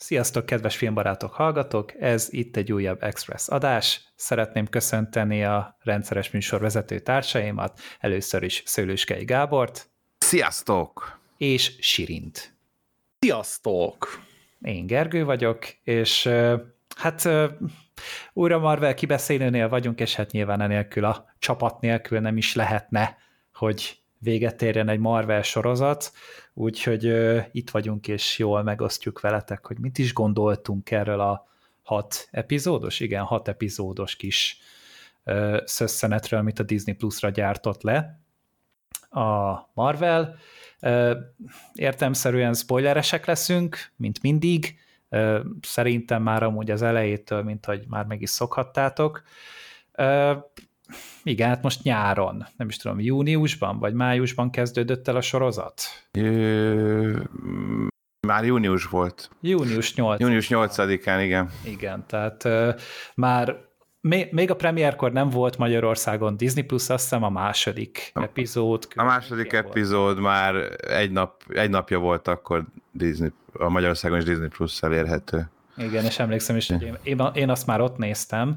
Sziasztok, kedves filmbarátok, hallgatók! Ez itt egy újabb Express adás. Szeretném köszönteni a rendszeres műsorvezető társaimat, először is Szőlőskei Gábort. Sziasztok! És Sirint. Sziasztok! Én Gergő vagyok, és újra Marvel kibeszélőnél vagyunk, és hát nyilván enélkül a csapat nélkül nem is lehetne, hogy véget érjen egy Marvel sorozat, úgyhogy itt vagyunk, és jól megosztjuk veletek, hogy mit is gondoltunk erről a 6 epizódos kis szösszenetről, amit a Disney Plus-ra gyártott le a Marvel. Értelemszerűen spoileresek leszünk, mint mindig, szerintem már amúgy az elejétől, mint hogy már meg is szokhattátok. Igen, hát most nyáron, nem is tudom, júniusban vagy májusban kezdődött el a sorozat? Már június volt. Június 8-án. Június 8-án, igen. Igen, tehát már még a premierkor nem volt Magyarországon Disney Plus, azt hiszem a második epizód. A második epizód már egy napja volt akkor a Magyarországon is Disney Plus elérhető. Igen, és emlékszem is, hogy én azt már ott néztem.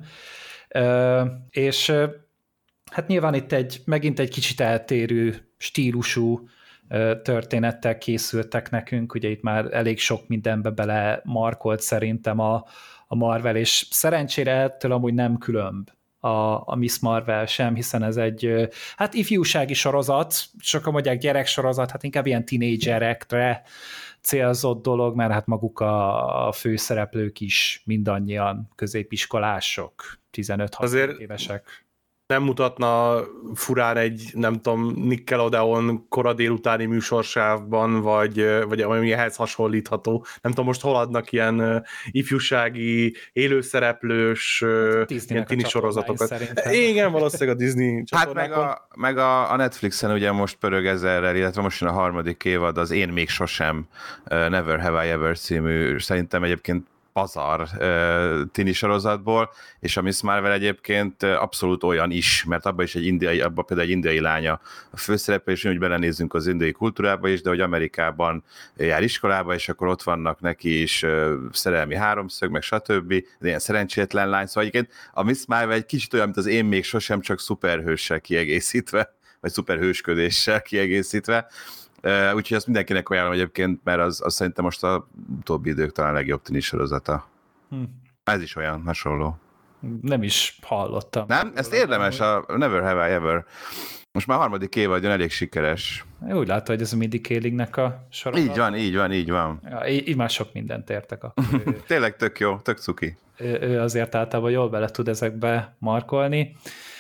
És hát nyilván itt megint egy kicsit eltérő stílusú történettel készültek nekünk, ugye itt már elég sok mindenbe bele markolt szerintem a Marvel, és szerencsére ettől amúgy nem különb a Miss Marvel sem, hiszen ez egy ifjúsági sorozat, sokan mondják gyereksorozat, hát inkább ilyen tínédzserekre célzott dolog, mert hát maguk a főszereplők is mindannyian középiskolások, 15-16 évesek. Nem mutatna furán egy, nem tudom, Nickelodeon kora délutáni műsorsávban, vagy ami ehhez hasonlítható. Nem tudom, most hol adnak ilyen ifjúsági, élőszereplős ilyen tini sorozatokat. Igen, valószínűleg a Disney csatornákon. Hát meg a Netflixen ugye most pörög ezerrel, illetve most jön a harmadik évad, az Én még sosem, Never Have I Ever című, szerintem egyébként pazar tini sorozatból, és a Miss Marvel egyébként abszolút olyan is, mert abban is abban például egy indiai lánya a főszereplő, és úgy belenézzünk az indiai kultúrába is, de hogy Amerikában jár iskolába, és akkor ott vannak neki is szerelmi háromszög, meg stb. Ilyen szerencsétlen lány, szóval egyébként a Miss Marvel egy kicsit olyan, mint az Én még sosem, csak szuperhőssel kiegészítve, vagy szuperhősködéssel kiegészítve. Úgyhogy ezt mindenkinek ajánlom egyébként, mert az szerintem most a utóbbi idők talán legjobb tini sorozata. Ez is olyan hasonló. Nem is hallottam. Nem? Ezt érdemes, a Never Have I Ever. Most már harmadik évad jön, elég sikeres. Úgy látom, hogy ez a Mindy Kalingnek a sorozat. Így van. Ja, így már sok mindent értek. Tényleg tök jó, tök cuki. Ő azért általában jól bele tud ezekbe markolni.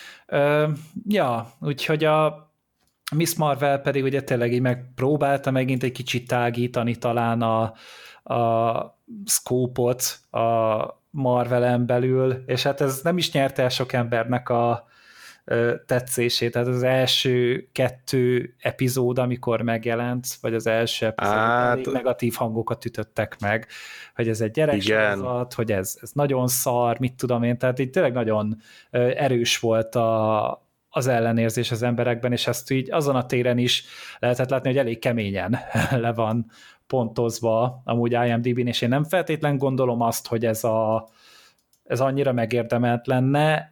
Úgyhogy a Miss Marvel pedig ugye tényleg így megpróbálta megint egy kicsit tágítani talán a szkópot a Marvelen belül, és hát ez nem is nyerte el sok embernek a tetszését, tehát az első 2 epizód, amikor megjelent, vagy az első epizód, elég negatív hangokat ütöttek meg, hogy ez egy gyereksorozat, hogy ez nagyon szar, mit tudom én, tehát így tényleg nagyon erős volt az ellenérzés az emberekben, és ezt így azon a téren is lehetett látni, hogy elég keményen le van pontozva amúgy IMDb-n, és én nem feltétlen gondolom azt, hogy ez annyira megérdemelt lenne,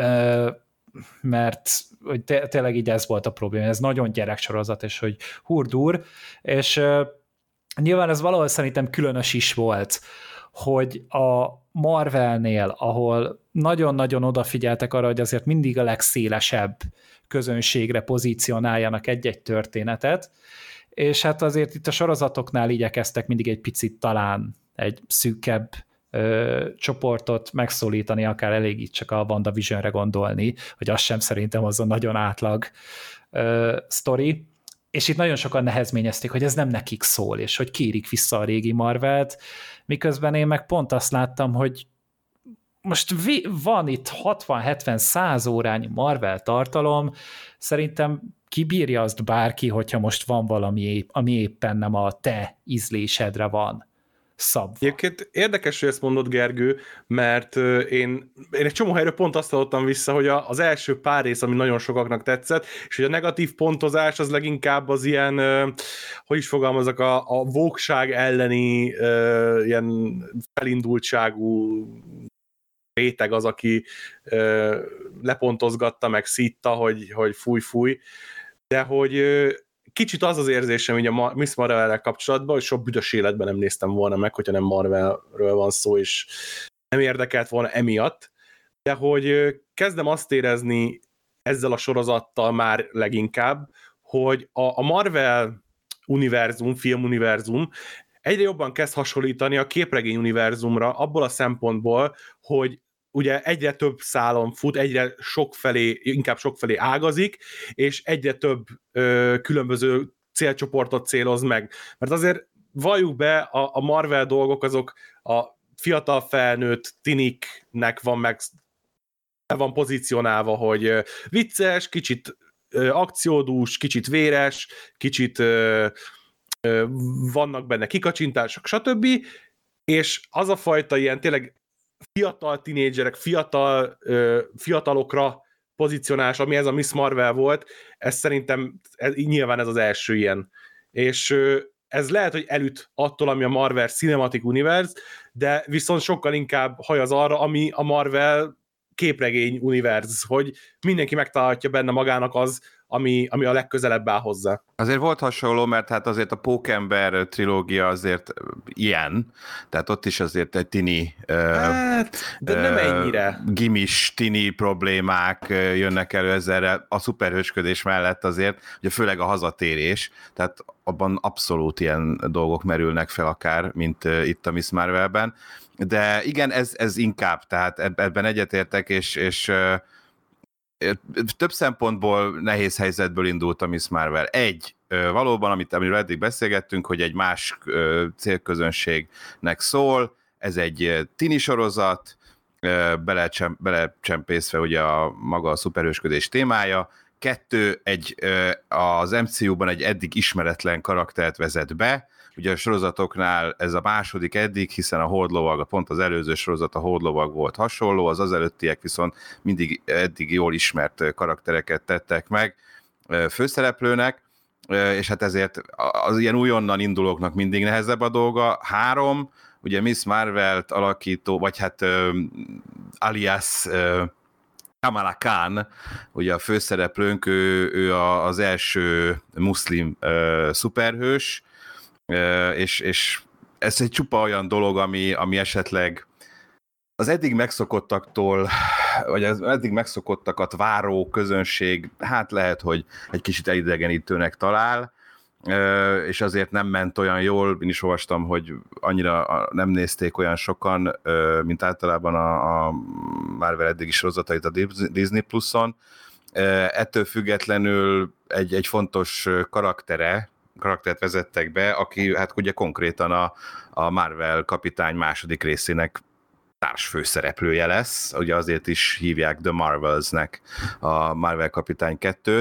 mert hogy tényleg így ez volt a probléma, ez nagyon gyereksorozat, és hogy hurdur, és nyilván ez valahol szerintem különös is volt, hogy a Marvelnél, ahol nagyon-nagyon odafigyeltek arra, hogy azért mindig a legszélesebb közönségre pozícionáljanak egy-egy történetet, és hát azért itt a sorozatoknál igyekeztek mindig egy picit talán egy szűkebb csoportot megszólítani, akár elég itt csak a WandaVisionre gondolni, hogy az sem szerintem az a nagyon átlag sztori, és itt nagyon sokan nehezményezték, hogy ez nem nekik szól, és hogy kérik vissza a régi Marvelt, miközben én meg pont azt láttam, hogy most van itt 60-70-100 órányi Marvel tartalom, szerintem kibírja azt bárki, hogyha most van valami, ami éppen nem a te ízlésedre van. szabva. Egyébként érdekes, hogy ezt mondod, Gergő, mert én egy csomó helyről pont azt hallottam vissza, hogy az első pár rész, ami nagyon sokaknak tetszett, és hogy a negatív pontozás az leginkább az ilyen, hogy is fogalmazok, a vókság elleni ilyen felindultságú réteg az, aki lepontozgatta, meg szítta, hogy fúj, de hogy kicsit az érzésem így a Miss Marvel-rel kapcsolatban, hogy sok büdös életben nem néztem volna meg, hogyha nem Marvelről van szó, és nem érdekelt volna emiatt, de hogy kezdem azt érezni ezzel a sorozattal már leginkább, hogy a Marvel univerzum, filmuniverzum egyre jobban kezd hasonlítani a képregény univerzumra abból a szempontból, hogy ugye egyre több szálon fut, egyre inkább sokfelé ágazik, és egyre több különböző célcsoportot céloz meg. Mert azért valljuk be, a Marvel dolgok azok a fiatal felnőtt tiniknek van pozícionálva, hogy vicces, kicsit akciódús, kicsit véres, kicsit vannak benne kikacsintások, stb. És az a fajta ilyen tényleg fiatal tinédzserek, fiatalokra pozícionálás, ami ez a Miss Marvel volt, ez szerintem nyilván ez az első ilyen. És ez lehet, hogy elüt attól, ami a Marvel Cinematic Universe, de viszont sokkal inkább hajaz arra, ami a Marvel képregény univerz, hogy mindenki megtalálhatja benne magának ami a legközelebb áll hozzá. Azért volt hasonló, mert hát azért a Pókember trilógia azért ilyen, tehát ott is azért egy tini de nem ennyire. Gimis tini problémák jönnek elő ezzel a szuperhősködés mellett azért, ugye főleg a hazatérés, tehát abban abszolút ilyen dolgok merülnek fel akár, mint itt a Miss Marvelben, de igen, ez inkább, tehát ebben egyetértek, és több szempontból nehéz helyzetből indult a Miss Marvel. Valóban, amiről eddig beszélgettünk, hogy egy más célközönségnek szól, ez egy tini sorozat, belecsempészve ugye maga a szuperhősködés témája. 2, az MCU-ban egy eddig ismeretlen karaktert vezet be, ugye a sorozatoknál ez a második eddig, hiszen a Hordlovag, pont az előző sorozat a Hordlovag volt hasonló, az előttiek viszont mindig eddig jól ismert karaktereket tettek meg főszereplőnek, és hát ezért az ilyen újonnan indulóknak mindig nehezebb a dolga. 3, ugye Miss Marvelt alakító, vagy hát alias Kamala Khan, ugye a főszereplőnk, ő az első muszlim szuperhős, és ez egy csupa olyan dolog, ami esetleg az eddig megszokottaktól, vagy az eddig megszokottakat váró közönség, hát lehet, hogy egy kicsit elidegenítőnek talál, és azért nem ment olyan jól, én is olvastam, hogy annyira nem nézték olyan sokan, mint általában a Marvel eddigi sorozatait a Disney Pluson. Ettől függetlenül egy fontos karaktert vezettek be, aki hát ugye konkrétan a Marvel kapitány második részének társfőszereplője lesz, ugye azért is hívják The Marvelsnek a Marvel kapitány 2-t,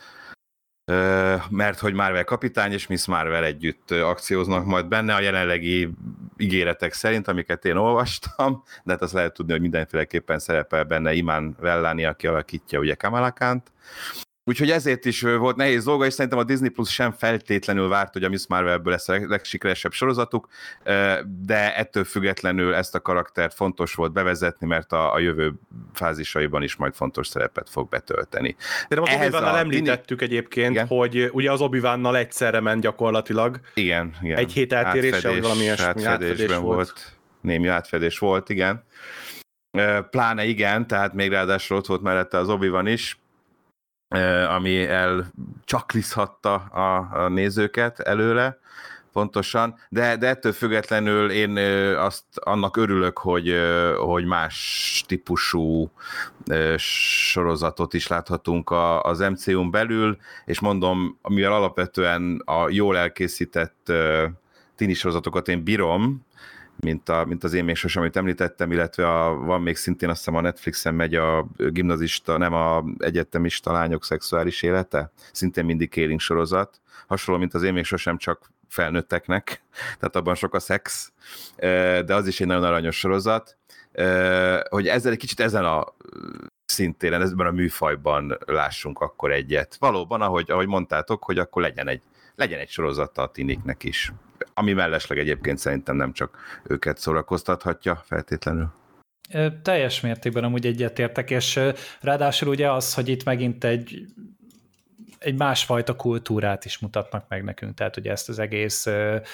mert hogy Marvel kapitány és Miss Marvel együtt akcióznak majd benne a jelenlegi ígéretek szerint, amiket én olvastam, de hát azt lehet tudni, hogy mindenféleképpen szerepel benne Iman Vellani, aki alakítja ugye Kamala Khant. Úgyhogy ezért is volt nehéz dolga, és szerintem a Disney Plus sem feltétlenül várt, hogy a Miss Marvelből lesz a legsikeresebb sorozatuk, de ettől függetlenül ezt a karaktert fontos volt bevezetni, mert a jövő fázisaiban is majd fontos szerepet fog betölteni. De most Obi-Wannal említettük egyébként, igen? Hogy ugye az Obi-Wannal egyszerre ment gyakorlatilag. Igen. Egy hét eltéréssel, vagy valami átfedés volt. Némi átfedés volt, igen. Pláne igen, tehát még ráadásul ott volt mellette az Obi-Wan is, ami elcsaklizhatta a nézőket előre, pontosan, de ettől függetlenül én annak örülök, hogy más típusú sorozatot is láthatunk az MCU-n belül, és mondom, mivel alapvetően a jól elkészített tini sorozatokat én bírom, mint az Én még sosem, amit említettem, illetve van még szintén, azt hiszem a Netflixen megy a gimnazista, nem a egyetemista lányok szexuális élete, szintén mindig Kéling sorozat, hasonló, mint az Én még sosem, csak felnőtteknek, tehát abban sok a szex, de az is egy nagyon aranyos sorozat, hogy ezzel egy kicsit ezen a szintéren, ebben a műfajban lássunk akkor egyet. Valóban, ahogy mondtátok, hogy akkor legyen egy sorozata a tiniknek is. Ami mellesleg egyébként szerintem nem csak őket szórakoztathatja feltétlenül. Teljes mértékben amúgy egyetértek, és ráadásul ugye az, hogy itt megint egy másfajta kultúrát is mutatnak meg nekünk, tehát ugye ezt az egész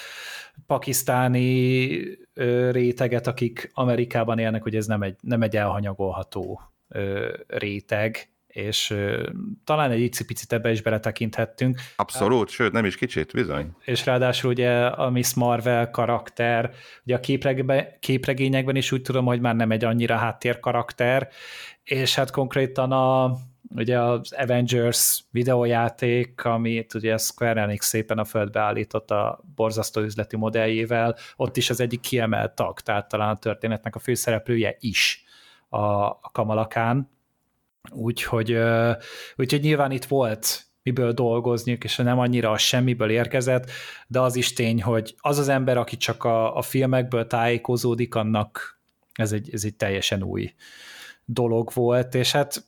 pakisztáni réteget, akik Amerikában élnek, hogy ez nem egy elhanyagolható réteg, és talán egy icipicit ebbe is beletekinthettünk. Abszolút, sőt, nem is kicsit, bizony. És ráadásul ugye a Miss Marvel karakter, ugye a képregényekben is úgy tudom, hogy már nem egy annyira háttérkarakter, és hát konkrétan ugye az Avengers videójáték, amit ugye a Square Enix szépen a földbe állított a borzasztó üzleti modelljével, ott is az egyik kiemelt tag, tehát talán a történetnek a főszereplője is a Kamala Khan. Úgyhogy nyilván itt volt miből dolgozniuk, és nem annyira a semmiből érkezett, de az is tény, hogy az az ember, aki csak a filmekből tájékozódik, annak ez egy teljesen új dolog volt, és hát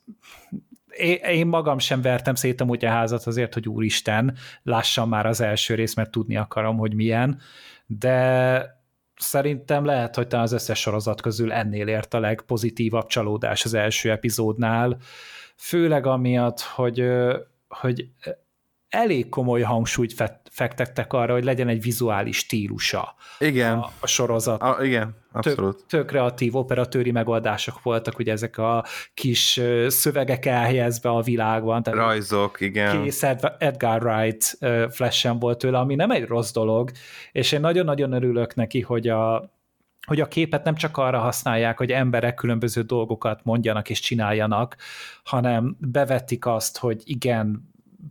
én magam sem vertem szét amúgy a házat azért, hogy úristen, lássam már az első részt, mert tudni akarom, hogy milyen, de szerintem lehet, hogy talán az összes sorozat közül ennél ért a legpozitívabb csalódás az első epizódnál, főleg amiatt, hogy elég komoly hangsúlyt fektettek arra, hogy legyen egy vizuális stílusa igen. A sorozat. Igen, abszolút. Tök kreatív operatőri megoldások voltak, ugye ezek a kis szövegek elhelyezve a világban. Tehát rajzok, igen. Kész Edgar Wright flash-en volt tőle, ami nem egy rossz dolog, és én nagyon-nagyon örülök neki, hogy a képet nem csak arra használják, hogy emberek különböző dolgokat mondjanak és csináljanak, hanem bevetik azt, hogy igen,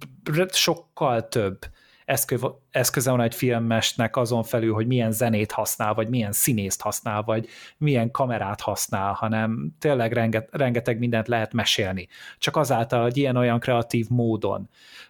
sokkal több eszköze van egy filmesnek azon felül, hogy milyen zenét használ, vagy milyen színészt használ, vagy milyen kamerát használ, hanem tényleg rengeteg mindent lehet mesélni. Csak azáltal, hogy ilyen-olyan kreatív módon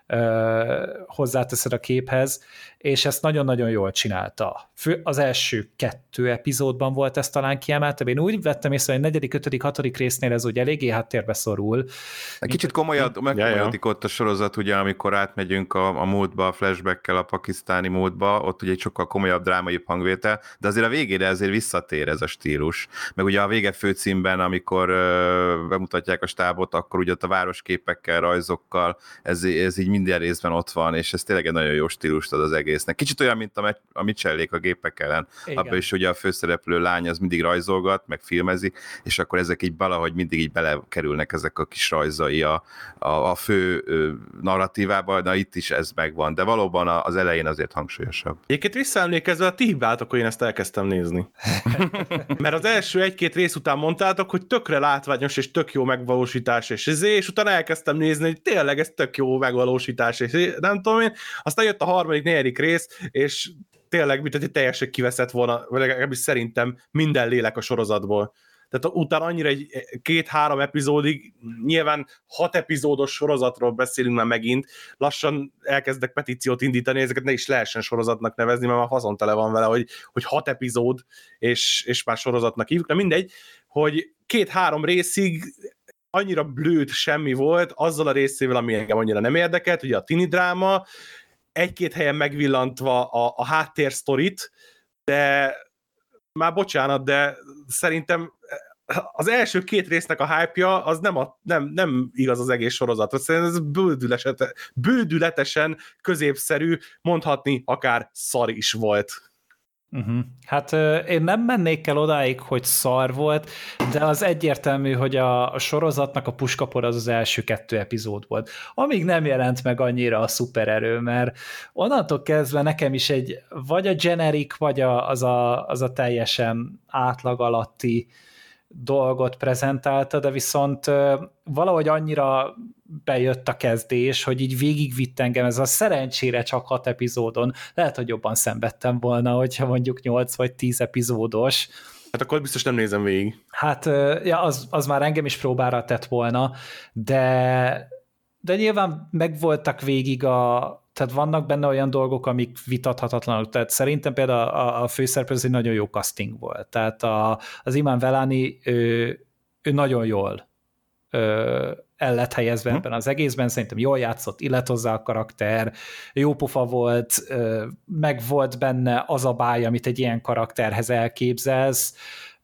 hozzáteszed a képhez, és ezt nagyon-nagyon jól csinálta. Az első 2 epizódban volt ez talán kiemeltebb. Én úgy vettem észre, hogy 4., 5., 6. résznél ez úgy eléggé háttérbe szorul. Kicsit megkomolyodik ott a sorozat, ugye, amikor átmegyünk a módba, a flashbackkel, a pakisztáni módba, ott ugye egy sokkal komolyabb, drámai hangvétel, de azért a végére azért visszatér ez a stílus. Meg ugye a vége főcímben, amikor bemutatják a stábot, akkor ugye ott a városképekkel, rajzokkal, ez így minden részben ott van, és ez tényleg egy nagyon jó stílust ad az egésznek. Kicsit olyan, mint a Mitchellék a gépek ellen. Abban is ugye a főszereplő lány az mindig rajzolgat, meg filmezi, és akkor ezek így valahogy mindig így belekerülnek ezek a kis rajzai a fő narratívába, de itt is ez megvan, de valóban az elején azért hangsúlyosabb. Egyébként visszaemlékezve a ti hibátok, hogy én ezt elkezdtem nézni. Mert az első 1-2 rész után mondtátok, hogy tökre látványos és tök jó megvalósítás, és utána elkezdtem nézni, hogy tényleg ez tök jó megvalósítás, és nem tudom én, aztán jött a 3., 4. rész, és tényleg, mint hogy teljesen kiveszett volna, vagy legalábbis szerintem minden lélek a sorozatból. Tehát utána annyira egy 2-3 epizódig, nyilván 6 epizódos sorozatról beszélünk már megint, lassan elkezdek petíciót indítani, ezeket ne is lehessen sorozatnak nevezni, mert már faszontele van vele, hogy 6 epizód, és már sorozatnak hívjuk, de mindegy, hogy 2-3 részig annyira blőd semmi volt, azzal a részével, ami engem annyira nem érdekelt, ugye a tini dráma, 1-2 helyen megvillantva a háttérsztorit, de már bocsánat, de szerintem az első 2 résznek a hype-ja az nem igaz az egész sorozatra. Szerintem ez bődületesen középszerű, mondhatni akár szar is volt. Hát én nem mennék el odáig, hogy szar volt, de az egyértelmű, hogy a sorozatnak a puskapor az első 2 epizód volt. Amíg nem jelent meg annyira a szupererő, mert onnantól kezdve nekem is vagy a generic, vagy az a teljesen átlag alatti dolgot prezentálta, de viszont valahogy annyira bejött a kezdés, hogy így végigvitt engem ez a szerencsére csak 6 epizódon. Lehet, hogy jobban szenvedtem volna, hogyha mondjuk 8 vagy 10 epizódos. Hát akkor biztos nem nézem végig. Hát ja, az már engem is próbára tett volna, de nyilván megvoltak végig tehát vannak benne olyan dolgok, amik vitathatatlanok. Tehát szerintem például a főszereplő egy nagyon jó casting volt. Tehát az Iman Vellani, ő nagyon jól el lett helyezve ebben az egészben, szerintem jól játszott, illet hozzá a karakter, jó pofa volt, meg volt benne az a báj, amit egy ilyen karakterhez elképzelsz,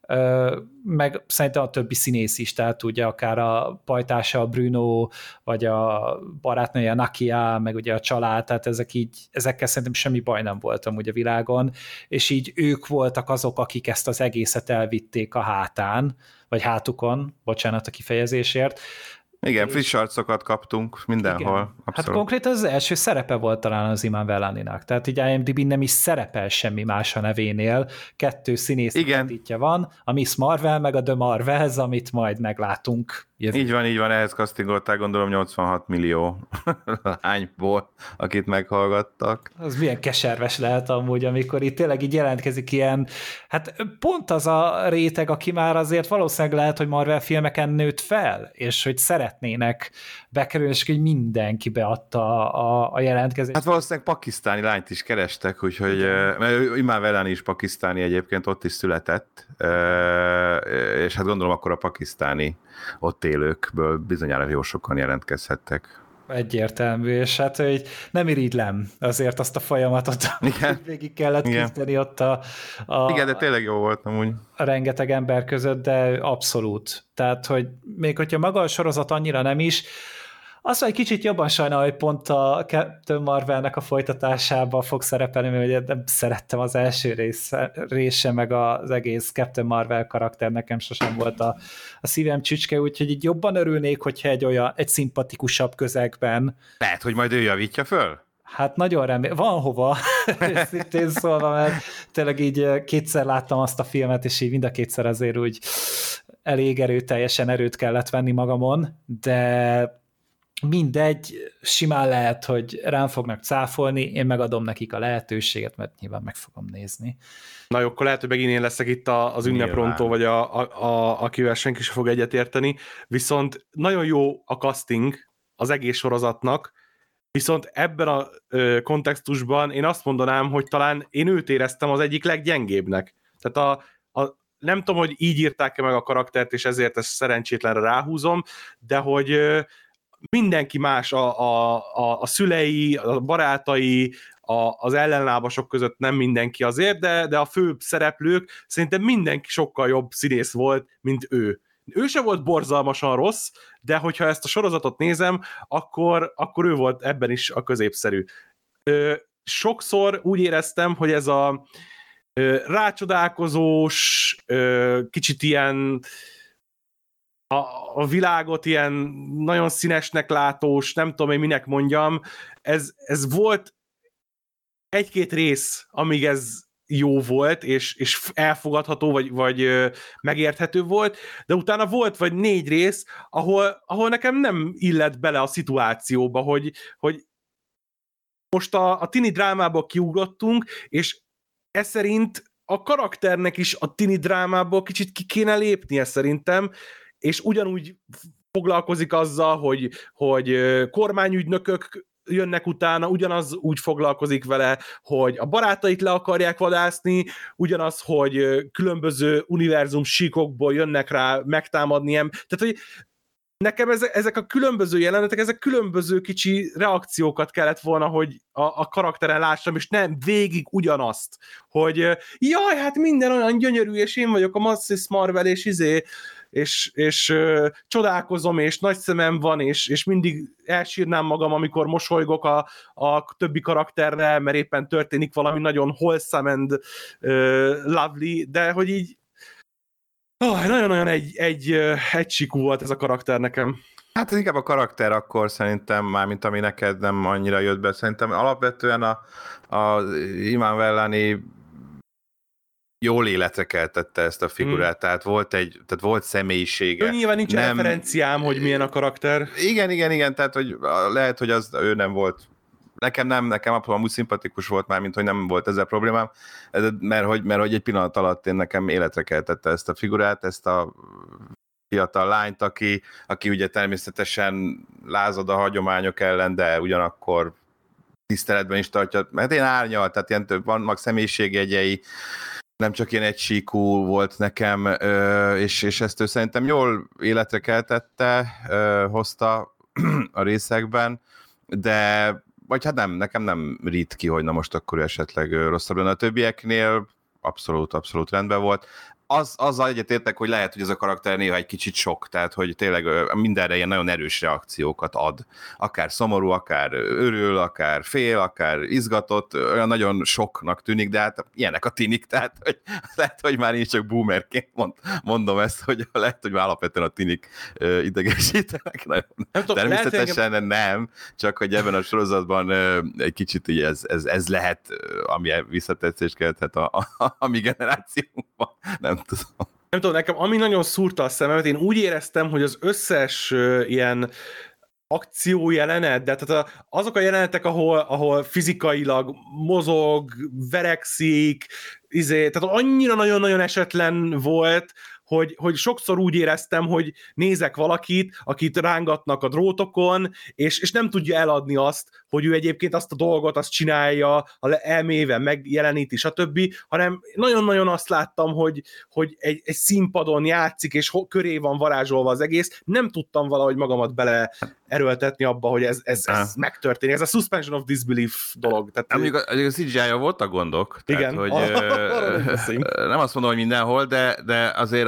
meg szerintem a többi színész is, tehát ugye akár a pajtása, a Bruno, vagy a barátnője, a Nakia, meg ugye a család, tehát ezekkel szerintem semmi baj nem volt amúgy a világon, és így ők voltak azok, akik ezt az egészet elvitték a hátán, vagy hátukon, bocsánat a kifejezésért. Igen, friss arcokat kaptunk mindenhol. Hát konkrétan az első szerepe volt talán az Iman Vellaninak, tehát így IMDb-n nem is szerepel semmi más a nevénél, 2 színészítja van, a Miss Marvel, meg a The Marvels, amit majd meglátunk. Így van, ehhez castingolták gondolom 86 millió lányból, akit meghallgattak. Az milyen keserves lehet amúgy, amikor itt tényleg így jelentkezik ilyen, hát pont az a réteg, aki már azért valószínűleg lehet, hogy Marvel filmeken nőtt fel, és hogy szeretnének bekerülni, és hogy mindenki beadta a jelentkezést. Hát valószínűleg pakisztáni lányt is kerestek, úgyhogy mert Iman Vellani is pakisztáni egyébként, ott is született, és hát gondolom akkor a pakisztáni ott élőkből bizonyára jó sokan jelentkezhettek. Egyértelmű, és hát hogy nem irigylem azért azt a folyamatot, amit végig kellett küzdeni ott Igen, de tényleg jó volt amúgy. A rengeteg ember között, de abszolút. Tehát, hogy még hogyha maga a sorozat annyira nem is, azt egy kicsit jobban sajnál, hogy pont a Captain Marvelnek a folytatásában fog szerepelni, mert nem szerettem az első része, meg az egész Captain Marvel karakter, nekem sosem volt a szívem csücske, úgyhogy így jobban örülnék, hogyha egy szimpatikusabb közegben. Lehet, hogy majd ő javítja föl? Hát nagyon remélem, van hova, szintén szólva, mert tényleg így kétszer láttam azt a filmet, és így mind a kétszer azért úgy elég erőteljesen erőt kellett venni magamon, de mindegy, simán lehet, hogy rám fognak cáfolni, én megadom nekik a lehetőséget, mert nyilván meg fogom nézni. Na jó, akkor lehet, hogy megint én leszek itt az ünneprontó, vagy akivel senki sem fog egyetérteni, viszont nagyon jó a casting az egész sorozatnak, viszont ebben a kontextusban én azt mondanám, hogy talán én őt éreztem az egyik leggyengébbnek. Tehát nem tudom, hogy így írták-e meg a karaktert, és ezért ezt szerencsétlenre ráhúzom, de hogy mindenki más, a szülei, a barátai, az ellenlábasok között nem mindenki azért, de a fő szereplők szerintem mindenki sokkal jobb színész volt, mint ő. Ő se volt borzalmasan rossz, de hogyha ezt a sorozatot nézem, akkor ő volt ebben is a középszerű. Sokszor úgy éreztem, hogy ez a rácsodálkozós, kicsit ilyen a világot ilyen nagyon színesnek látós, nem tudom én minek mondjam, ez volt egy-két rész, amíg ez jó volt, és elfogadható, vagy megérthető volt, de utána volt vagy 4 rész, ahol nekem nem illett bele a szituációba, hogy most a tini drámából kiugrottunk, és ez szerint a karakternek is a tini drámából kicsit ki kéne lépnie szerintem, és ugyanúgy foglalkozik azzal, hogy kormányügynökök jönnek utána, ugyanaz úgy foglalkozik vele, hogy a barátait le akarják vadászni, ugyanaz, hogy különböző univerzum síkokból jönnek rá megtámadni. Tehát, hogy nekem ezek a különböző jelenetek, ezek különböző kicsi reakciókat kellett volna, hogy a karakteren lássam, és nem végig ugyanazt, hogy jaj, hát minden olyan gyönyörű, és én vagyok a Mrs. Marvel, és csodálkozom, és nagy szemem van, és mindig elsírnám magam, amikor mosolygok a többi karakterre, mert éppen történik valami nagyon wholesome and lovely, de hogy így nagyon-nagyon egysikú volt ez a karakter nekem. Hát ez inkább a karakter akkor szerintem, mármint ami neked nem annyira jött be, szerintem alapvetően a Iman Vellani jól életre keltette ezt a figurát, tehát volt személyisége. Ő nyilván nincs referenciám, hogy milyen a karakter. Igen, tehát hogy lehet, hogy ő nem volt. Nekem abszolút szimpatikus volt már, mint hogy nem volt ezzel problémám, mert hogy egy pillanat alatt nekem életre keltette ezt a figurát, ezt a fiatal lányt, aki ugye természetesen lázad a hagyományok ellen, de ugyanakkor tiszteletben is tartja, mert én árnyal, tehát ilyen több vannak személyiségjegyei, nem csak ilyen egysíkú volt nekem, és ezt ő szerintem jól életre keltette, hozta a részekben, de vagy hát nem, nekem nem rít ki, hogy na most akkor ő esetleg rosszabb lenne a többieknél, abszolút rendben volt. Azzal egyetértek, hogy lehet, hogy ez a karakter néha egy kicsit sok, tehát hogy tényleg mindenre ilyen nagyon erős reakciókat ad. Akár szomorú, akár örül, akár fél, akár izgatott, olyan nagyon soknak tűnik, de hát ilyenek a tinik, tehát hogy lehet, hogy már én csak boomerként mondom ezt, hogy lehet, hogy már alapvetően a tinik idegesítenek. Természetesen nem, csak hogy ebben a sorozatban egy kicsit így ez lehet, ami visszatetszést kelthet a mi generációnkban. Nem tudom, nekem ami nagyon szúrta a szememet, én úgy éreztem, hogy az összes ilyen akciójelenet, de tehát azok a jelenetek, ahol fizikailag mozog, verekszik, tehát annyira nagyon-nagyon esetlen volt, hogy sokszor úgy éreztem, hogy nézek valakit, akit rángatnak a drótokon, és nem tudja eladni azt, hogy ő egyébként azt a dolgot, azt csinálja, elmével megjeleníti, stb., hanem nagyon-nagyon azt láttam, hogy egy színpadon játszik, és köré van varázsolva az egész. Nem tudtam valahogy magamat bele erőltetni abba, hogy ez megtörténik. Ez a suspension of disbelief dolog. Tehát, mondjuk a CGI-ja voltak gondok. Igen. Tehát, hogy nem azt mondom, hogy mindenhol, de azért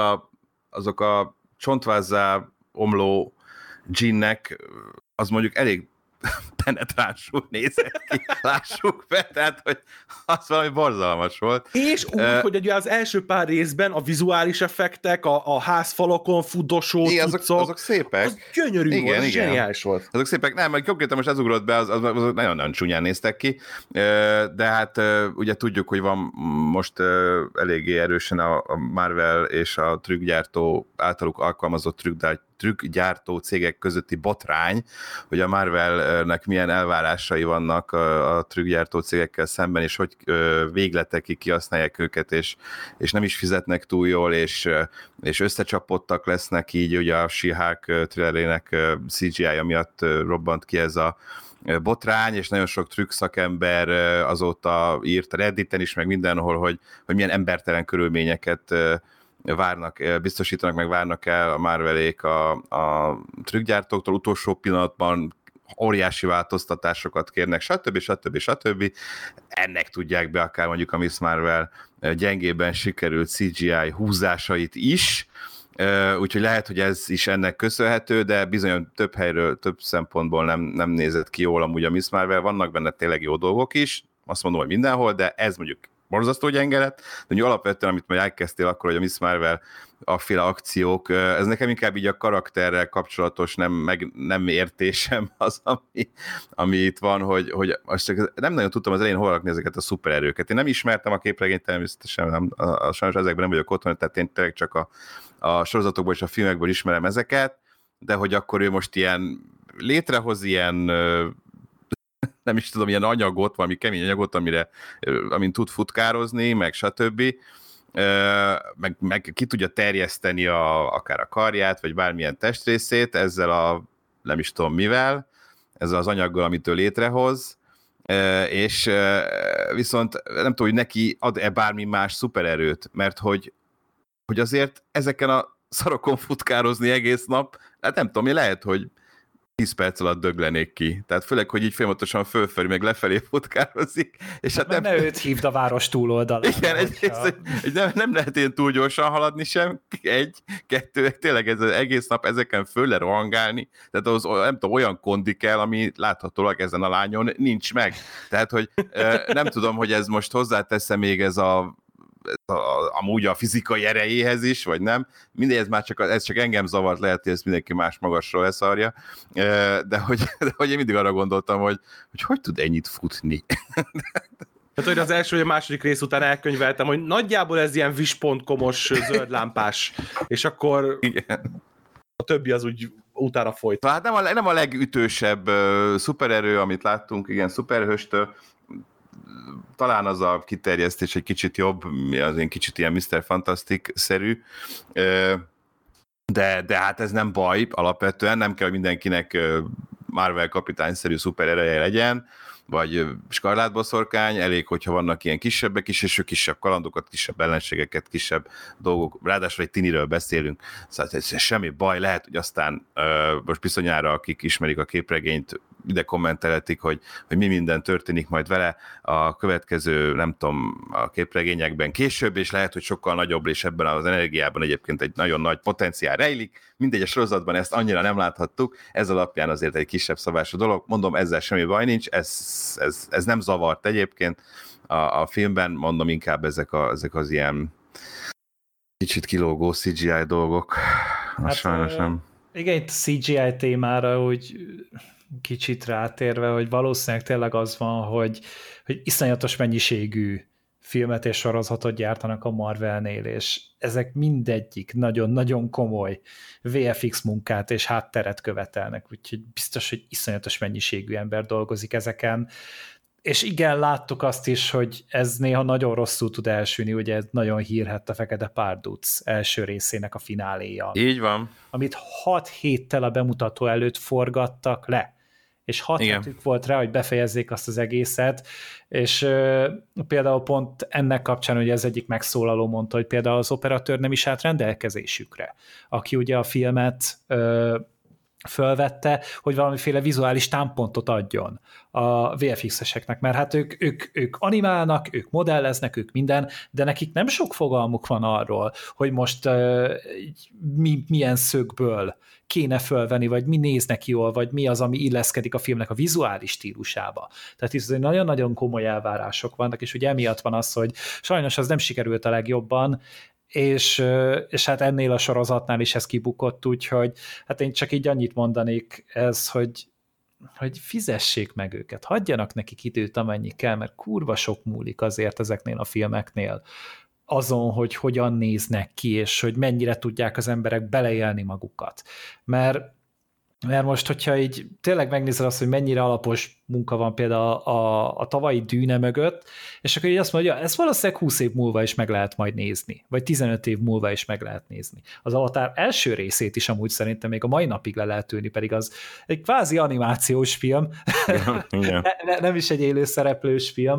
azok a csontvázzá omló ginnek, az mondjuk elég penetránsul nézett ki, lássuk be, tehát, hogy az valami borzalmas volt. És úgy, hogy ugye az első pár részben a vizuális effektek, a házfalakon futdosó cuccok, azok szépek. Az gyönyörű volt, az zseniális volt. Azok szépek, nem, mert konkrétan most ez ugrott be, azok nagyon-nagyon csúnyán néztek ki, de hát ugye tudjuk, hogy van most eléggé erősen a Marvel és a trükkgyártó általuk alkalmazott trükkgyártó cégek közötti botrány, hogy a Marvelnek milyen elvárásai vannak a trükkgyártó cégekkel szemben, és hogy végletekig kihasználják őket, és nem is fizetnek túl jól, és összecsapottak lesznek így, ugye a She-Hulk trailerének CGI-ja miatt robbant ki ez a botrány, és nagyon sok trükkszakember azóta írt a Redditen is, meg mindenhol, hogy milyen embertelen körülményeket biztosítanak, meg várnak el a Marvelék a trükkgyártóktól, utolsó pillanatban óriási változtatásokat kérnek, stb. Ennek tudják be akár mondjuk a Miss Marvel gyengében sikerült CGI húzásait is, úgyhogy lehet, hogy ez is ennek köszönhető, de bizony több helyről, több szempontból nem nézett ki jól amúgy a Miss Marvel, vannak benne tényleg jó dolgok is, azt mondom, hogy mindenhol, de ez mondjuk borzasztó gyenge lett, de alapvetően, amit majd elkezdtél akkor, hogy a Miss Marvel afféle akciók, ez nekem inkább így a karakterrel kapcsolatos nem értésem az, ami itt van, hogy azt csak nem nagyon tudtam az elején hol rakni ezeket a szupererőket. Én nem ismertem a képregényt, természetesen sajnos ezekben nem vagyok otthon, tehát én tényleg csak a sorozatokból és a filmekből ismerem ezeket, de hogy akkor ő most ilyen létrehoz ilyen nem is tudom, ilyen anyagot, valami kemény anyagot, amin tud futkározni, meg stb. Meg ki tudja terjeszteni akár a karját, vagy bármilyen testrészét ezzel nem is tudom mivel, ezzel az anyaggal, amit ő létrehoz, és viszont nem tudom, hogy neki ad-e bármi más szupererőt, mert hogy azért ezeken a szarokon futkározni egész nap, hát nem tudom, lehet, hogy 10 perc alatt döglenék ki. Tehát főleg, hogy így folyamatosan fölfelé, meg lefelé futkározik. És hát ne őt hívd a város túloldalán. Igen, egyrészt, nem lehet ilyen túl gyorsan haladni sem. Kettő, tényleg ez az egész nap ezeken fölle rohangálni. Tehát az, nem tudom, olyan kondi kell, ami láthatólag ezen a lányon nincs meg. Tehát, hogy nem tudom, hogy ez most hozzátesz még ez amúgy a fizikai erejéhez is, vagy nem. Mindegy, ez csak engem zavart, lehet, hogy ezt mindenki más magasról leszarja, de hogy én mindig arra gondoltam, hogy tud ennyit futni. Tehát, hogy az első vagy a második rész után elkönyveltem, hogy nagyjából ez ilyen wish.com-os zöldlámpás, és akkor igen. A többi az úgy utána folyt. Hát nem a legütősebb szupererő, amit láttunk, igen, szuperhőstől, talán az a kiterjesztés egy kicsit jobb, az én kicsit ilyen Mr. Fantastic-szerű, de hát ez nem baj alapvetően, nem kell, hogy mindenkinek Marvel kapitányszerű szuperereje legyen, vagy skarlátboszorkány, elég, hogyha vannak ilyen kisebbek is, és ő kisebb kalandokat, kisebb ellenségeket, kisebb dolgok, ráadásul egy tiniről beszélünk, szóval ez semmi baj, lehet, hogy aztán most bizonyára, akik ismerik a képregényt, ide kommentelhetik, hogy mi minden történik majd vele a következő, nem tudom, a képregényekben később, és lehet, hogy sokkal nagyobb, és ebben az energiában egyébként egy nagyon nagy potenciál rejlik. Mindegy, a sorozatban ezt annyira nem láthattuk, ez alapján azért egy kisebb szabású dolog. Mondom, ezzel semmi baj nincs, ez nem zavart egyébként a filmben, mondom, inkább ezek az ilyen kicsit kilógó CGI dolgok. Hát, sajnos nem. Igen, itt CGI témára úgy kicsit rátérve, hogy valószínűleg tényleg az van, hogy iszonyatos mennyiségű filmet és sorozatot gyártanak a Marvelnél, és ezek mindegyik nagyon-nagyon komoly VFX munkát és hátteret követelnek, úgyhogy biztos, hogy iszonyatos mennyiségű ember dolgozik ezeken, és igen, láttuk azt is, hogy ez néha nagyon rosszul tud elsülni, ugye ez nagyon hírhett a Fekete Párduc első részének a fináléja. Így van. Amit 6 héttel a bemutató előtt forgattak le, és 6 hetük volt rá, hogy befejezzék azt az egészet, és például pont ennek kapcsán ugye az egyik megszólaló mondta, hogy például az operatőr nem is állt rendelkezésükre, aki ugye a filmet fölvette, hogy valamiféle vizuális támpontot adjon a VFX-eseknek, mert hát ők animálnak, ők modelleznek, ők minden, de nekik nem sok fogalmuk van arról, hogy most milyen szögből kéne fölvenni, vagy mi néz neki jól, vagy mi az, ami illeszkedik a filmnek a vizuális stílusába. Tehát itt nagyon-nagyon komoly elvárások vannak, és ugye emiatt van az, hogy sajnos az nem sikerült a legjobban, és hát ennél a sorozatnál is ez kibukott, úgyhogy hát én csak így annyit mondanék ez, hogy fizessék meg őket, hagyjanak nekik időt, amennyi kell, mert kurva sok múlik azért ezeknél a filmeknél azon, hogy hogyan néznek ki, és hogy mennyire tudják az emberek beleélni magukat. Mert most, hogyha így tényleg megnézel azt, hogy mennyire alapos munka van például a tavalyi Dűne mögött, és akkor így azt mondja, ez valószínűleg 20 év múlva is meg lehet majd nézni, vagy 15 év múlva is meg lehet nézni. Az Avatar első részét is amúgy szerintem még a mai napig le lehet ülni, pedig az egy kvázi animációs film, nem is egy élő szereplős film,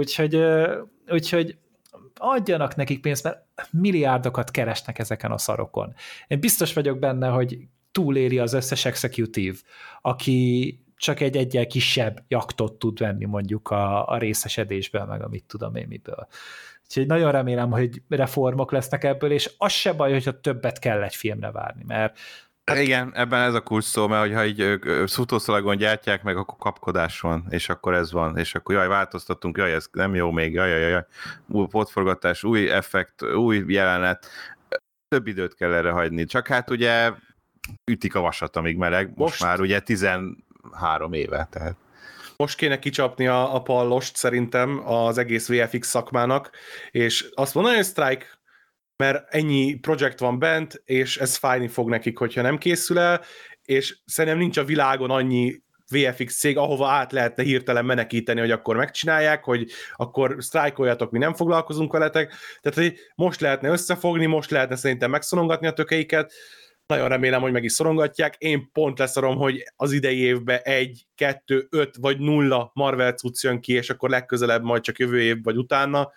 úgyhogy adjanak nekik pénzt, mert milliárdokat keresnek ezeken a szarokon. Én biztos vagyok benne, hogy túléri az összes executive, aki csak egy egyel kisebb jaktot tud venni mondjuk a részesedésből, meg amit tudom én miből. Úgyhogy nagyon remélem, hogy reformok lesznek ebből, és az se baj, hogyha többet kell egy filmre várni, mert hát igen, ebben ez a kulcs szó, mert ha így szutószalagon gyártják meg, akkor kapkodás van, és akkor ez van, és akkor jaj, változtattunk, jaj, ez nem jó még, jaj, új pótforgatás, új effekt, új jelenet, több időt kell erre hagyni. Csak hát ugye ütik a vasat, amíg meleg, most már ugye 13 éve, tehát. Most kéne kicsapni a pallost szerintem az egész VFX szakmának, és azt mondani, hogy strike, mert ennyi projekt van bent, és ez fájni fog nekik, hogyha nem készül el, és szerintem nincs a világon annyi VFX cég, ahova át lehetne hirtelen menekíteni, hogy akkor megcsinálják, hogy akkor sztrájkoljatok, mi nem foglalkozunk veletek. Tehát, hogy most lehetne összefogni, most lehetne szerintem megszorongatni a tökeiket. Nagyon remélem, hogy meg is szorongatják. Én pont leszarom, hogy az idei évben 1, 2, 5 vagy 0 Marvel cucc jön ki, és akkor legközelebb majd csak jövő év vagy utána.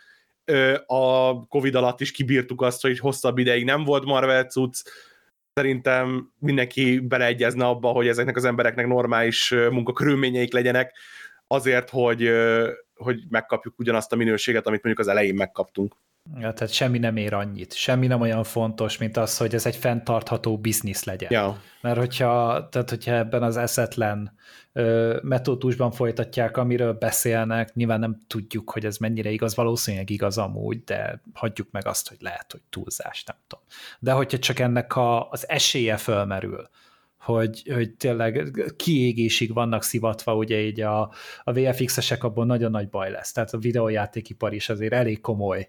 A Covid alatt is kibírtuk azt, hogy hosszabb ideig nem volt Marvel cucc. Szerintem mindenki beleegyezne abba, hogy ezeknek az embereknek normális munkakörülményeik legyenek, azért, hogy megkapjuk ugyanazt a minőséget, amit mondjuk az elején megkaptunk. Ja, tehát semmi nem ér annyit. Semmi nem olyan fontos, mint az, hogy ez egy fenntartható biznisz legyen. Ja. Mert hogyha ebben az eszetlen metódusban folytatják, amiről beszélnek, nyilván nem tudjuk, hogy ez mennyire igaz, valószínűleg igaz amúgy, de hagyjuk meg azt, hogy lehet, hogy túlzás, nem tudom. De hogyha csak ennek az esélye fölmerül, hogy tényleg kiégésig vannak szivatva, ugye így a VFX-esek, abból nagyon nagy baj lesz. Tehát a videójátékipar is azért elég komoly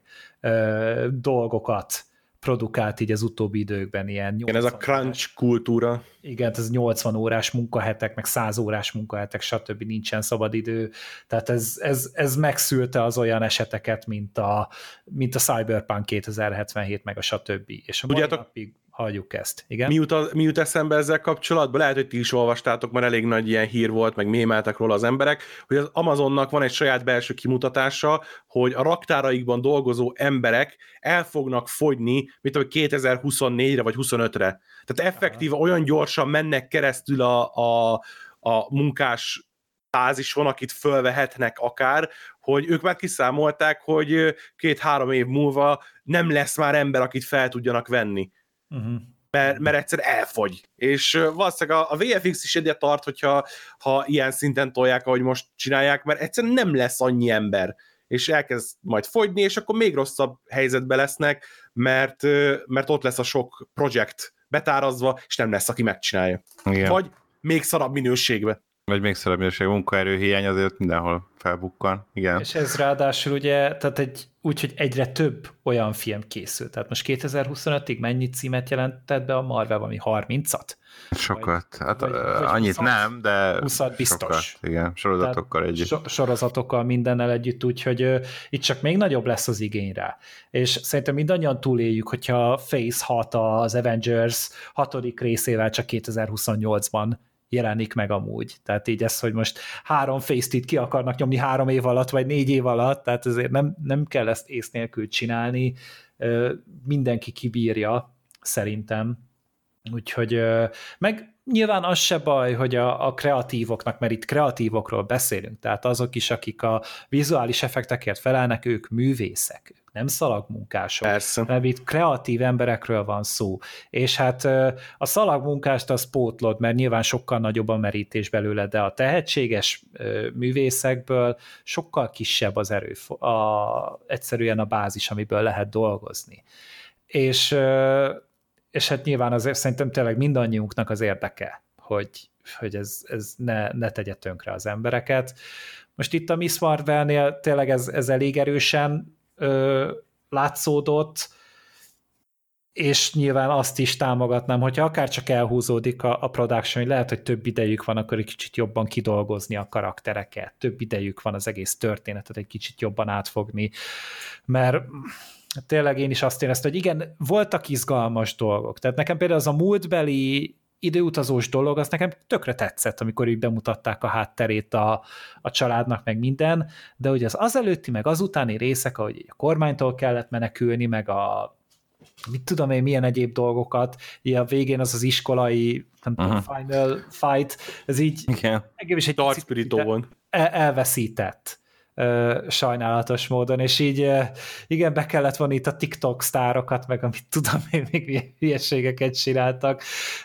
dolgokat produkált így az utóbbi időkben. Igen, ez a crunch kultúra. Igen, ez 80 órás munkahetek, meg 100 órás munkahetek, stb. Nincsen szabadidő. Tehát ez megszülte az olyan eseteket, mint a Cyberpunk 2077, meg a stb. És a mai napig hagyjuk ezt. Igen? Mi jut eszembe ezzel kapcsolatban? Lehet, hogy ti is olvastátok, mert elég nagy ilyen hír volt, meg mémeltek róla az emberek, hogy az Amazonnak van egy saját belső kimutatása, hogy a raktáraikban dolgozó emberek el fognak fogyni, mint hogy 2024-re vagy 25-re. Tehát effektíve olyan gyorsan mennek keresztül a munkás bázison, akit fölvehetnek akár, hogy ők már kiszámolták, hogy 2-3 év múlva nem lesz már ember, akit fel tudjanak venni. Mert egyszer elfogy. És valószínűleg a VFX is egyet tart, hogyha ilyen szinten tolják, ahogy most csinálják, mert egyszerűen nem lesz annyi ember. És elkezd majd fogyni, és akkor még rosszabb helyzetbe lesznek, mert ott lesz a sok projekt betárazva, és nem lesz, aki megcsinálja. Igen. Vagy még szarabb minőségbe. Vagy még szarabb minőség, munkaerőhiány azért mindenhol felbukkan. Igen. És ez ráadásul ugye, tehát hogy egyre több olyan film készül. Tehát most 2025-ig mennyi címet jelentett be a Marvel, valami 30-at? Sokat. Hát annyit 20, nem, de 20 biztos. Sokat, igen, sorozatokkal együtt. Sorozatokkal mindennel együtt, úgyhogy itt csak még nagyobb lesz az igény rá. És szerintem mindannyian túléljük, hogyha Phase 6 az Avengers 6. részével csak 2028-ban jelenik meg amúgy. Tehát így ez, hogy most 3 Phase-t ki akarnak nyomni 3 év alatt, vagy 4 év alatt, tehát ezért nem kell ezt ész nélkül csinálni, mindenki kibírja, szerintem. Úgyhogy, meg nyilván az se baj, hogy a kreatívoknak, mert itt kreatívokról beszélünk, tehát azok is, akik a vizuális effektekért felelnek, ők művészek, nem szalagmunkások. Persze. Mert itt kreatív emberekről van szó. És hát a szalagmunkást az pótlod, mert nyilván sokkal nagyobb a merítés belőle, de a tehetséges művészekből sokkal kisebb az egyszerűen a bázis, amiből lehet dolgozni. És hát nyilván azért szerintem tényleg mindannyiunknak az érdeke, hogy ez ne tegye tönkre az embereket. Most itt a Miss Marvelnél tényleg ez elég erősen látszódott, és nyilván azt is támogatnám, hogyha akár csak elhúzódik a production, hogy lehet, hogy több idejük van, akkor egy kicsit jobban kidolgozni a karaktereket, több idejük van az egész történetet egy kicsit jobban átfogni, mert tényleg én is azt éreztem, hogy igen, voltak izgalmas dolgok. Tehát nekem például az a múltbeli időutazós dolog, az nekem tökre tetszett, amikor így bemutatták a hátterét a családnak, meg minden, de hogy az előtti, meg az utáni részek, ahogy a kormánytól kellett menekülni, meg mit tudom én, milyen egyéb dolgokat, ilyen a végén az iskolai final fight, ez így engem is egy picit elveszített. Sajnálatos módon, és így igen, be kellett vonni itt a TikTok sztárokat, meg amit tudom én, még hülyeségeket csináltak,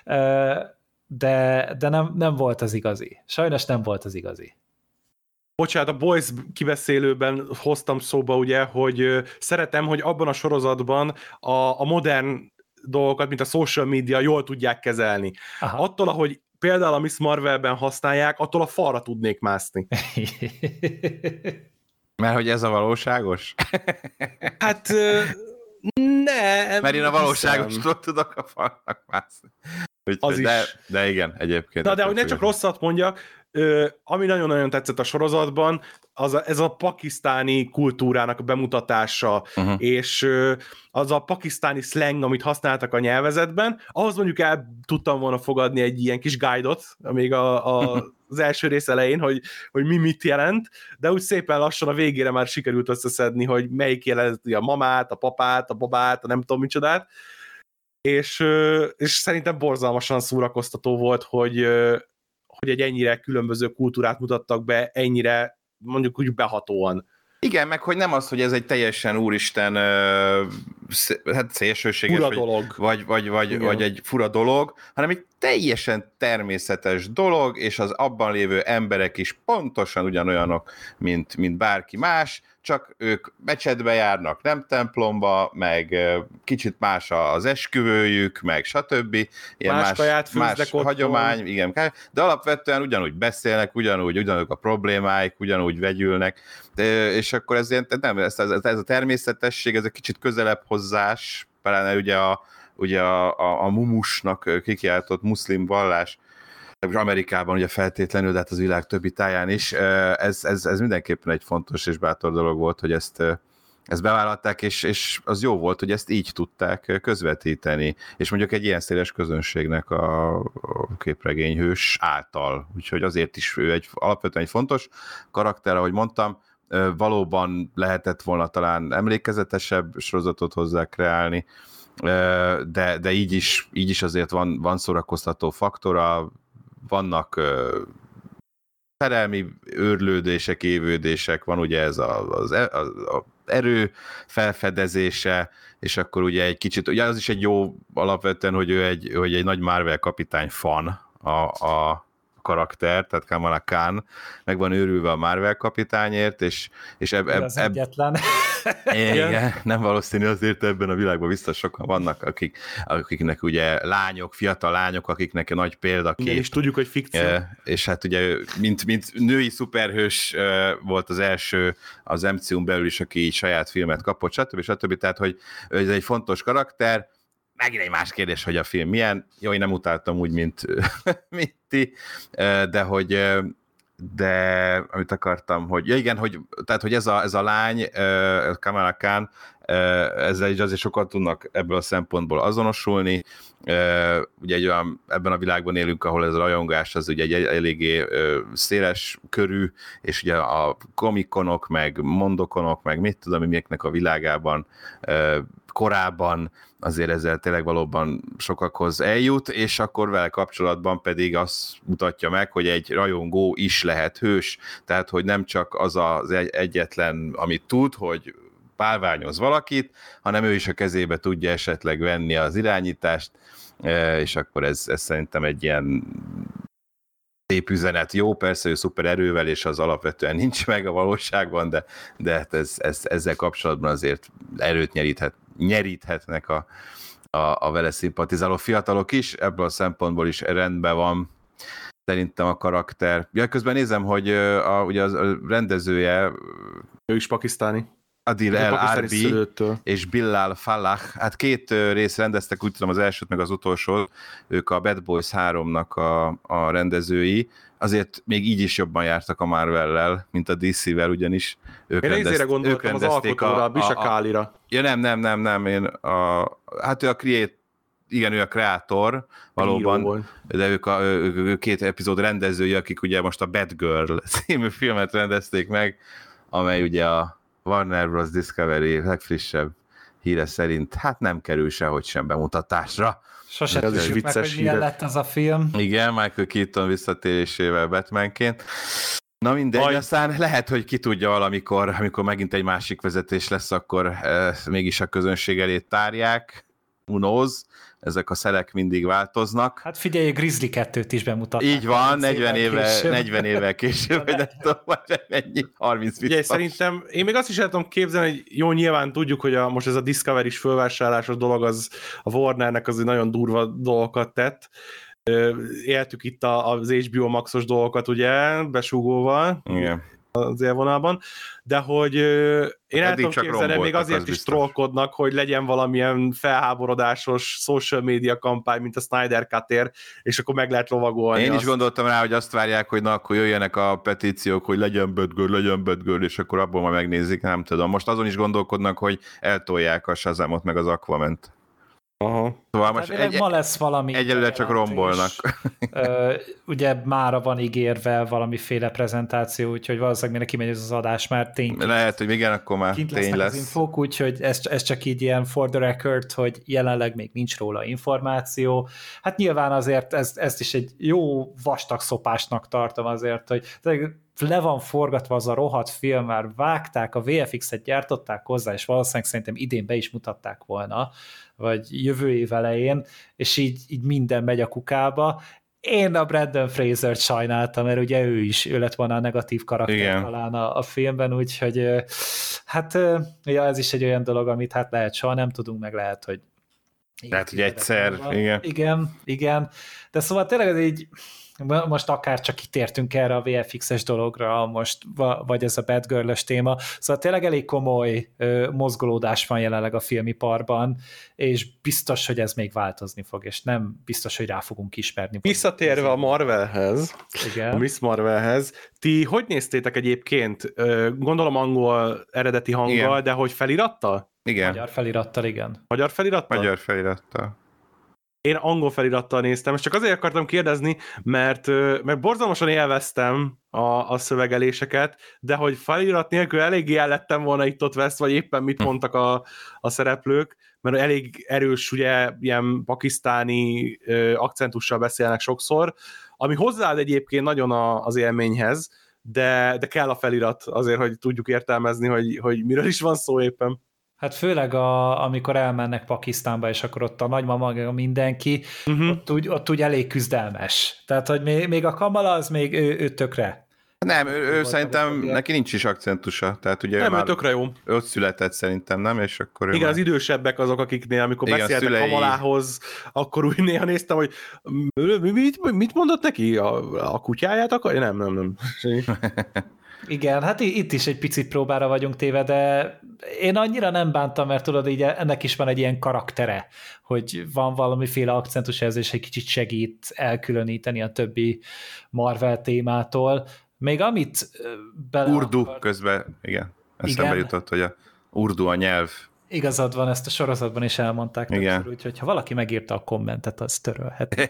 de nem volt az igazi. Sajnos nem volt az igazi. Bocsánat, a Boys kibeszélőben hoztam szóba ugye, hogy szeretem, hogy abban a sorozatban a modern dolgokat, mint a social media jól tudják kezelni. Aha. Attól, ahogy például a Miss Marvelben használják, attól a falra tudnék mászni. Mert hogy ez a valóságos? Hát nem. Mert én a valóságosról tudok a falnak mászni. Az de igen, egyébként. Na, de hogy ne csak rosszat mondjak, ami nagyon-nagyon tetszett a sorozatban, ez a pakisztáni kultúrának a bemutatása, és az a pakisztáni slang, amit használtak a nyelvezetben, ahhoz mondjuk el tudtam volna fogadni egy ilyen kis guide-ot, még az első rész elején, hogy mi mit jelent, de úgy szépen lassan a végére már sikerült összeszedni, hogy melyik jelenti a mamát, a papát, a babát, a nem tudom micsodát, és szerintem borzalmasan szórakoztató volt, hogy egy ennyire különböző kultúrát mutattak be, ennyire mondjuk úgy behatóan. Igen, meg hogy nem az, hogy ez egy teljesen úristen hát szélsőséges, fura dolog. Vagy egy fura dolog, hanem egy teljesen természetes dolog, és az abban lévő emberek is pontosan ugyanolyanok, mint bárki más, csak ők mecsetbe járnak, nem templomba, meg kicsit más az esküvőjük, meg stb. Ilyen más hagyomány, igen, de alapvetően ugyanúgy beszélnek, ugyanúgy a problémáik, ugyanúgy vegyülnek, és akkor ez a természetesség, ez egy kicsit közelebb hozzás, pláne ugye a mumusnak kikiáltott muszlim vallás, Amerikában ugye feltétlenül, de hát az világ többi táján is, ez mindenképpen egy fontos és bátor dolog volt, hogy ezt ezt bevállalták, és az jó volt, hogy ezt így tudták közvetíteni, és mondjuk egy ilyen széles közönségnek a képregényhős által, úgyhogy azért is ő alapvetően egy fontos karakter, ahogy mondtam, valóban lehetett volna talán emlékezetesebb sorozatot hozzá kreálni, de így is azért van szórakoztató faktora, vannak szerelmi őrlődések, évődések, van ugye ez az erő felfedezése, és akkor ugye egy kicsit, ugye az is egy jó alapvetően, hogy ő egy nagy Marvel kapitány fan a karakter, tehát Kamala Khan meg van őrülve a Marvel kapitányért, és az egyetlen. Igen, nem valószínű, azért ebben a világban biztos sokan vannak, akiknek ugye lányok, fiatal lányok, akiknek nagy példakép. Igen, és tudjuk, hogy fikció. És hát ugye, mint női szuperhős volt az első az MCU-n belül is, aki így saját filmet kapott, stb. Tehát, hogy ez egy fontos karakter. Megint egy más kérdés, hogy a film milyen. Jó, én nem utáltam úgy, mint ti, de amit akartam, hogy ja igen, hogy ez a lány, Kamala Khan, ezzel így azért sokan tudnak ebből a szempontból azonosulni. Ugye ebben a világban élünk, ahol ez a rajongás az ugye egy eléggé széles körű, és ugye a komikonok, meg mondokonok, meg mit tudom, mieknek a világában korábban azért ezzel tényleg valóban sokakhoz eljut, és akkor vele kapcsolatban pedig azt mutatja meg, hogy egy rajongó is lehet hős, tehát hogy nem csak az egyetlen, amit tud, hogy pálványoz valakit, hanem ő is a kezébe tudja esetleg venni az irányítást, és akkor ez szerintem egy ilyen szép üzenet. Jó, persze ő szuper erővel, és az alapvetően nincs meg a valóságban, de hát ezzel kapcsolatban azért erőt nyeríthetnek a vele szimpatizáló fiatalok is, ebből a szempontból is rendben van szerintem a karakter. Ja, közben nézem, hogy ugye a rendezője ő is pakisztáni. Adil El Arbi és Bilal Fallah, hát 2 rész rendeztek, úgy tudom az elsőt meg az utolsót, ők a Bad Boys 3-nak a rendezői, azért még így is jobban jártak a Marvel-lel, mint a DC-vel, ugyanis ők én rendezték, gondoltam az alkotóra, a Bishakálira. Ja nem, hát ő a igen, ő a kreátor, valóban, de ők a 2 epizód rendezői, akik ugye most a Bad Girl című filmet rendezték meg, amely ugye a Warner Bros. Discovery legfrissebb híre szerint hát nem kerül sehogy sem bemutatásra. Sose tudjuk meg, hogy milyen lett az a film. Igen, Michael Keaton visszatérésével Batmanként. Na mindegy, aztán lehet, hogy ki tudja valamikor, amikor megint egy másik vezetés lesz, akkor mégis a közönség elé tárják. Who knows? Ezek a szelek mindig változnak. Hát figyelj, Grizzly 2-t is bemutatták. Így van, 40 évvel később, vagy nem tudom, vagy mennyi, 30 Ugye, szerintem én még azt is el tudom képzelni, hogy jó, nyilván tudjuk, hogy most ez a Discovery-s fölvásárlásos dolog, az a Warnernek az nagyon durva dolgokat tett. Éltük itt az HBO Maxos dolgokat, ugye, besúgóval. Igen. Az élvonalban, de hogy én el tudom képzelni, még azért is trollkodnak, hogy legyen valamilyen felháborodásos social media kampány, mint a Snyder Cut-ér, és akkor meg lehet lovagolni. Én is gondoltam rá, hogy azt várják, hogy na, akkor jöjjenek a petíciók, hogy legyen Batgirl, és akkor abból majd megnézik, nem tudom. Most azon is gondolkodnak, hogy eltolják a Shazamot meg az Aquament. Aha. Szóval most ma lesz valami egyelőre csak rombolnak. Ugye mára van ígérve valamiféle prezentáció, úgyhogy valószínűleg mire kimegy ez az adás, már tény. Lehet, hogy igen, akkor már tény lesz. Az infók, úgyhogy ez csak így ilyen for the record, hogy jelenleg még nincs róla információ. Hát nyilván azért ezt is egy jó vastag szopásnak tartom azért, hogy le van forgatva az a rohadt film, már vágták, a VFX-et gyártották hozzá, és valószínűleg szerintem idén be is mutatták volna, vagy jövő év elején, és így minden megy a kukába. Én a Brendan Fraser-t sajnáltam, mert ugye ő lett volna a negatív karakter igen. Talán a filmben, úgyhogy hát ja, ez is egy olyan dolog, amit hát lehet soha nem tudunk, meg lehet, hogy Tehát, hogy egyszer, igen. Igen. De szóval tényleg ez így, most akár csak kitértünk erre a VFX-es dologra, most, vagy ez a Batgirl-ös téma, szóval tényleg elég komoly mozgolódás van jelenleg a filmiparban, és biztos, hogy ez még változni fog, és nem biztos, hogy rá fogunk ismerni. Visszatérve a Marvelhez, igen. A Miss Marvelhez, ti hogy néztétek egyébként? Gondolom angol eredeti hanggal, igen. De hogy felirattal? Igen. Magyar felirattal, igen. Magyar felirattal? Magyar felirattal. Én angol felirattal néztem, és csak azért akartam kérdezni, mert borzalmasan élveztem a szövegeléseket, de hogy felirat nélkül eléggé el lettem volna itt-ott vesz, vagy éppen mit mondtak a szereplők, mert elég erős, ugye, ilyen pakisztáni akcentussal beszélnek sokszor, ami hozzáad egyébként nagyon az élményhez, de kell a felirat azért, hogy tudjuk értelmezni, hogy miről is van szó éppen. Hát főleg, amikor elmennek Pakisztánba, és akkor ott a nagymama, mindenki, ott úgy elég küzdelmes. Tehát, hogy még a Kamala, az még ő tökre. Nem, ő szerintem neki nincs is akcentusa. Tehát ugye nem, ő tökre jó. Ott született szerintem, nem? És akkor igen, az idősebbek azok, akiknél, amikor beszéltek Kamalához, akkor úgy néha néztem, hogy mit mondott neki? A kutyáját akarja? Nem. Igen, hát itt is egy picit próbára vagyunk téve, de én annyira nem bántam, mert tudod, így ennek is van egy ilyen karaktere, hogy van valamiféle akcentus ez, és egy kicsit segít elkülöníteni a többi Marvel témától. Még amit Urdu közben, igen, eszembe jutott, hogy a urdu a nyelv. Igazad van, ezt a sorozatban is elmondták többször, úgyhogy ha valaki megírta a kommentet, az törölhet.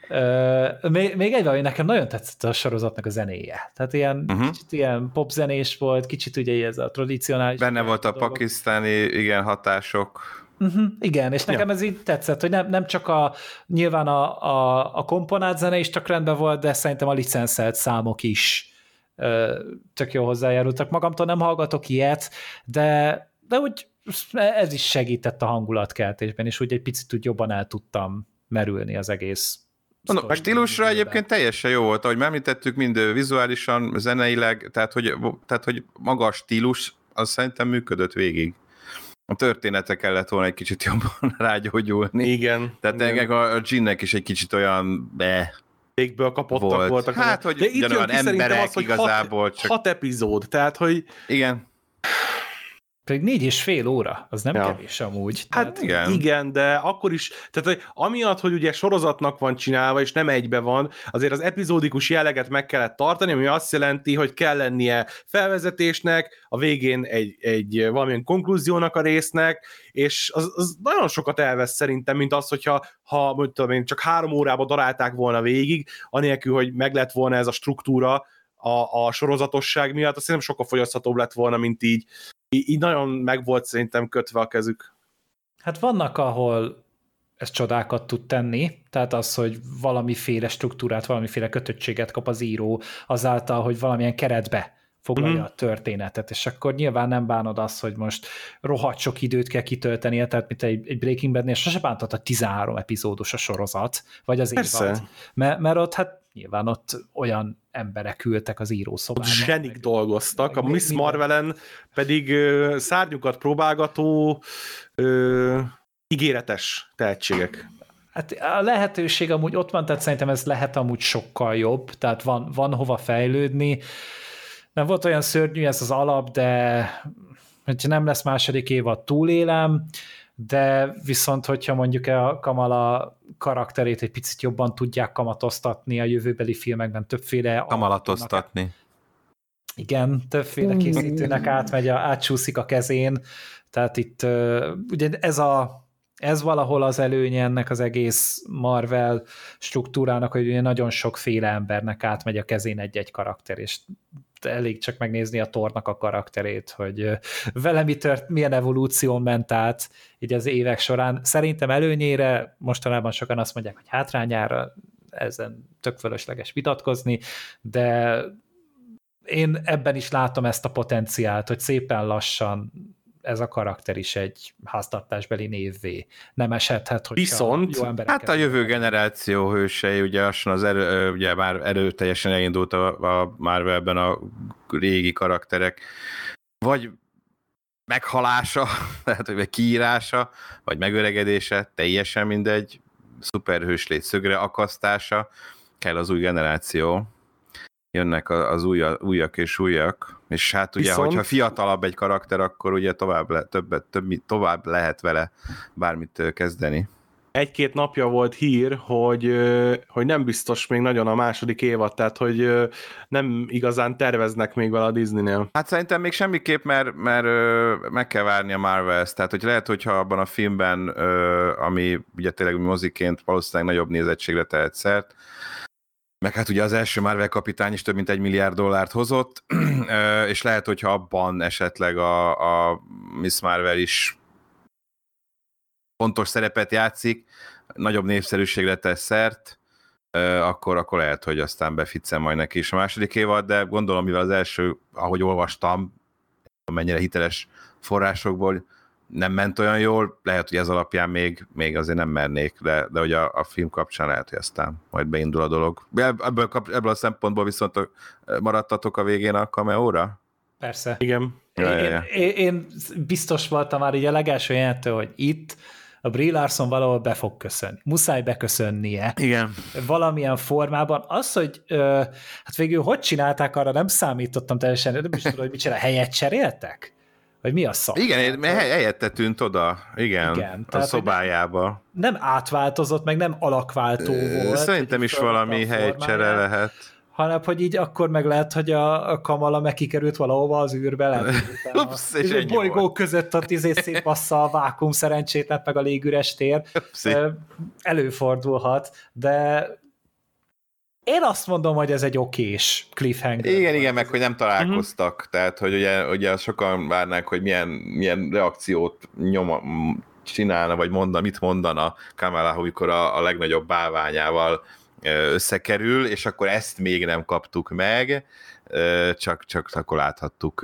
Még egy valami, nekem nagyon tetszett a sorozatnak a zenéje. Tehát kicsit ilyen popzenés volt, kicsit ugye ez a tradicionális. Benne volt a pakisztáni, hatások. Igen, és nekem ez így tetszett, hogy nem csak nyilván a komponált zene is csak rendben volt, de szerintem a licenszelt számok is tök jó hozzájárultak. Magamtól nem hallgatok ilyet, de úgy ez is segített a hangulatkeltésben, és úgy egy picit úgy jobban el tudtam merülni az egész. A stílusra egyébként teljesen jó volt, ahogy említettük, mind vizuálisan, zeneileg, tehát hogy maga a stílus, az szerintem működött végig. A története kellett volna egy kicsit jobban rágyógyulni. Igen. Tehát engem a Ginnek is egy kicsit olyan végből kapottak voltak. Hát, hogy de itt jön ki szerintem az, hogy igazából 6 epizód, tehát, hogy... Igen. Pedig 4,5 óra, az nem kevés amúgy. Hát igen, de akkor is, tehát hogy amiatt, hogy ugye sorozatnak van csinálva, és nem egybe van, azért az epizódikus jelleget meg kellett tartani, ami azt jelenti, hogy kell lennie felvezetésnek, a végén egy valamilyen konklúziónak a résznek, és az nagyon sokat elvesz szerintem, mint az, hogyha tudom én, csak 3 órába darálták volna végig, anélkül, hogy meg lett volna ez a struktúra a sorozatosság miatt, azt hiszem sokkal fogyaszthatóbb lett volna, mint így. Így nagyon meg volt szerintem kötve a kezük. Hát vannak, ahol ez csodákat tud tenni, tehát az, hogy valamiféle struktúrát, valamiféle kötöttséget kap az író azáltal, hogy valamilyen keretbe foglalja a történetet, és akkor nyilván nem bánod azt, hogy most rohadt sok időt kell kitöltenie, tehát mint egy Breaking Badnél sose bántad a 13 epizódos a sorozat, vagy az évad. Mert ott hát nyilván ott olyan emberek ültek az írószobában. Zsenik dolgoztak, a Miss Marvelen pedig szárnyukat próbálgató ígéretes tehetségek. Hát a lehetőség amúgy ott van, tehát szerintem ez lehet amúgy sokkal jobb, tehát van hova fejlődni. Nem volt olyan szörnyű ez az alap, de hogyha nem lesz második évad, túlélem, de viszont, hogyha mondjuk a Kamala karakterét egy picit jobban tudják kamatoztatni a jövőbeli filmekben, többféle... Kamalatoztatni. Igen, többféle készítőnek átsúszik a kezén, tehát itt ugye ez valahol az előnye ennek az egész Marvel struktúrának, hogy ugye nagyon sokféle embernek átmegy a kezén egy-egy karakter, és elég csak megnézni a Thornak a karakterét, hogy vele milyen evolúción ment át így az évek során. Szerintem előnyére mostanában sokan azt mondják, hogy hátrányára, ezen tök fölösleges vitatkozni, de én ebben is látom ezt a potenciált, hogy szépen lassan ez a karakter is egy háztartásbeli névvé nem esedhet, hogy viszont, jó emberek. Hát a jövő generáció hősei, ugye lassan ugye már erőteljesen elindult a Marvelben a régi karakterek. Vagy meghalása, lehet, hogy kiírása, vagy megöregedése, teljesen mindegy, szuperhős légy szögre akasztása, kell az új generáció. Jönnek az újak és újak, és hát ugye, hogyha fiatalabb egy karakter, akkor ugye tovább lehet vele bármit kezdeni. Egy-két napja volt hír, hogy nem biztos még nagyon a második évad, tehát hogy nem igazán terveznek még vele a Disneynél. Hát szerintem még semmiképp, mert meg kell várni a Marvels, tehát hogy lehet, hogyha abban a filmben, ami ugye tényleg moziként valószínűleg nagyobb nézettségre tehet szert, meg hát ugye az első Marvel kapitány is több mint $1 milliárd hozott, és lehet, hogyha abban esetleg a Miss Marvel is fontos szerepet játszik, nagyobb népszerűségre tesz szert, akkor lehet, hogy aztán beficen majd neki is a második évad, de gondolom, mivel az első, ahogy olvastam, mennyire hiteles forrásokból nem ment olyan jól, lehet, hogy ez alapján még azért nem mernék, de hogy a film kapcsán lehet, hogy aztán majd beindul a dolog. Ebből a szempontból viszont maradtatok a végén a cameóra? Persze. Igen. Én biztos voltam már így a legelső jelenetől, hogy itt a Brie Larson valahol be fog köszönni. Muszáj beköszönnie. Igen. Valamilyen formában. Az, hogy hát végül hogy csinálták, arra nem számítottam teljesen, nem is tudom, hogy mit csinál, helyet cseréltek? Vagy mi a szak? Igen, helyette tűnt oda, igen a szobájába. Nem átváltozott, meg nem alakváltó volt. Szerintem is valami helycsere lehet. Hanem, hogy így akkor meg lehet, hogy a Kamala meg kikerült valahova az űrbe, lehet, Ups, és egy bolygó között a szétbassza a vákum szerencsétlen, meg a légüres tér. Előfordulhat, de én azt mondom, hogy ez egy okés cliffhanger. Igen, meg hogy nem találkoztak, tehát hogy ugye sokan várnák, hogy milyen reakciót csinálna, vagy mit mondana Kamala, amikor a legnagyobb bálványával összekerül, és akkor ezt még nem kaptuk meg, csak akkor láthattuk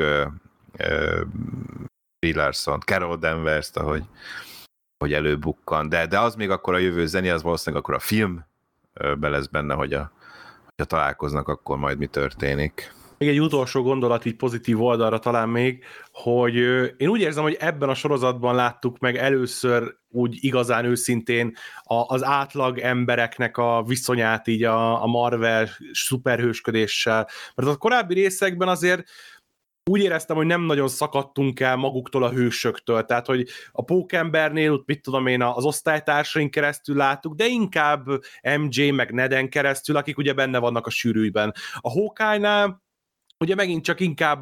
Brie Larsont, Carol Danvers-t, hogy előbukkan, de az még akkor a jövő zeni, az valószínűleg akkor a film lesz benne, hogy ha találkoznak, akkor majd mi történik. Még egy utolsó gondolat így pozitív oldalra talán még, hogy én úgy érzem, hogy ebben a sorozatban láttuk meg először úgy igazán őszintén az átlag embereknek a viszonyát így a Marvel szuperhősködéssel. Mert a korábbi részekben azért úgy éreztem, hogy nem nagyon szakadtunk el maguktól a hősöktől, tehát, hogy a Pókembernél, mit tudom én, az osztálytársaink keresztül láttuk, de inkább MJ meg Neden keresztül, akik ugye benne vannak a sűrűjben. A Hawkeye-nál ugye megint csak inkább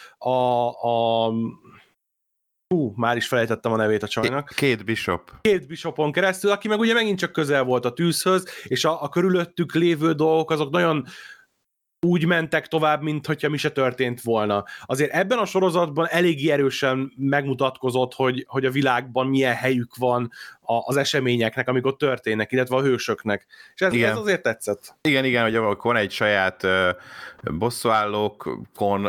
már is felejtettem a nevét a csajnak. Kate Bishop. Kate Bishopon keresztül, aki meg ugye megint csak közel volt a tűzhöz, és a körülöttük lévő dolgok, azok nagyon úgy mentek tovább, mint hogyha mi se történt volna. Azért ebben a sorozatban elég erősen megmutatkozott, hogy a világban milyen helyük van az eseményeknek, amik ott történnek, illetve a hősöknek. És ez azért tetszett. Igen, hogy akkor van egy saját bosszúállókon,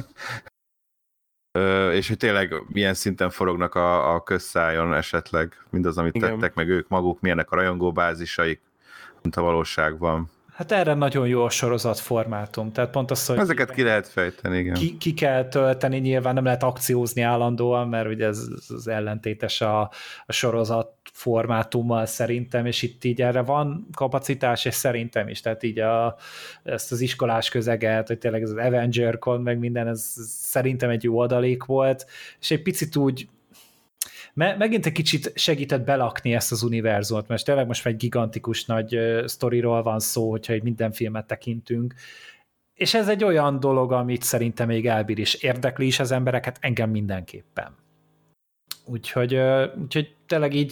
és hogy tényleg milyen szinten forognak a közszájon esetleg mindaz, amit tettek, meg ők maguk, milyenek a rajongóbázisaik, mint a valóságban. Hát erre nagyon jó a sorozatformátum, tehát pont az, hogy ezeket ki lehet fejteni, igen. Ki kell tölteni, nyilván nem lehet akciózni állandóan, mert ugye ez az ellentétes a sorozat formátummal szerintem, és itt így erre van kapacitás, és szerintem is, tehát így ezt az iskolás közeget, hogy tényleg ez az Avenger-kon, meg minden, ez szerintem egy jó adalék volt, és egy picit úgy megint egy kicsit segített belakni ezt az univerzumot, mert tényleg most már egy gigantikus nagy sztoriról van szó, hogyha egy minden filmet tekintünk, és ez egy olyan dolog, amit szerintem még elbír is, érdekli is az embereket, engem mindenképpen. Úgyhogy tényleg így,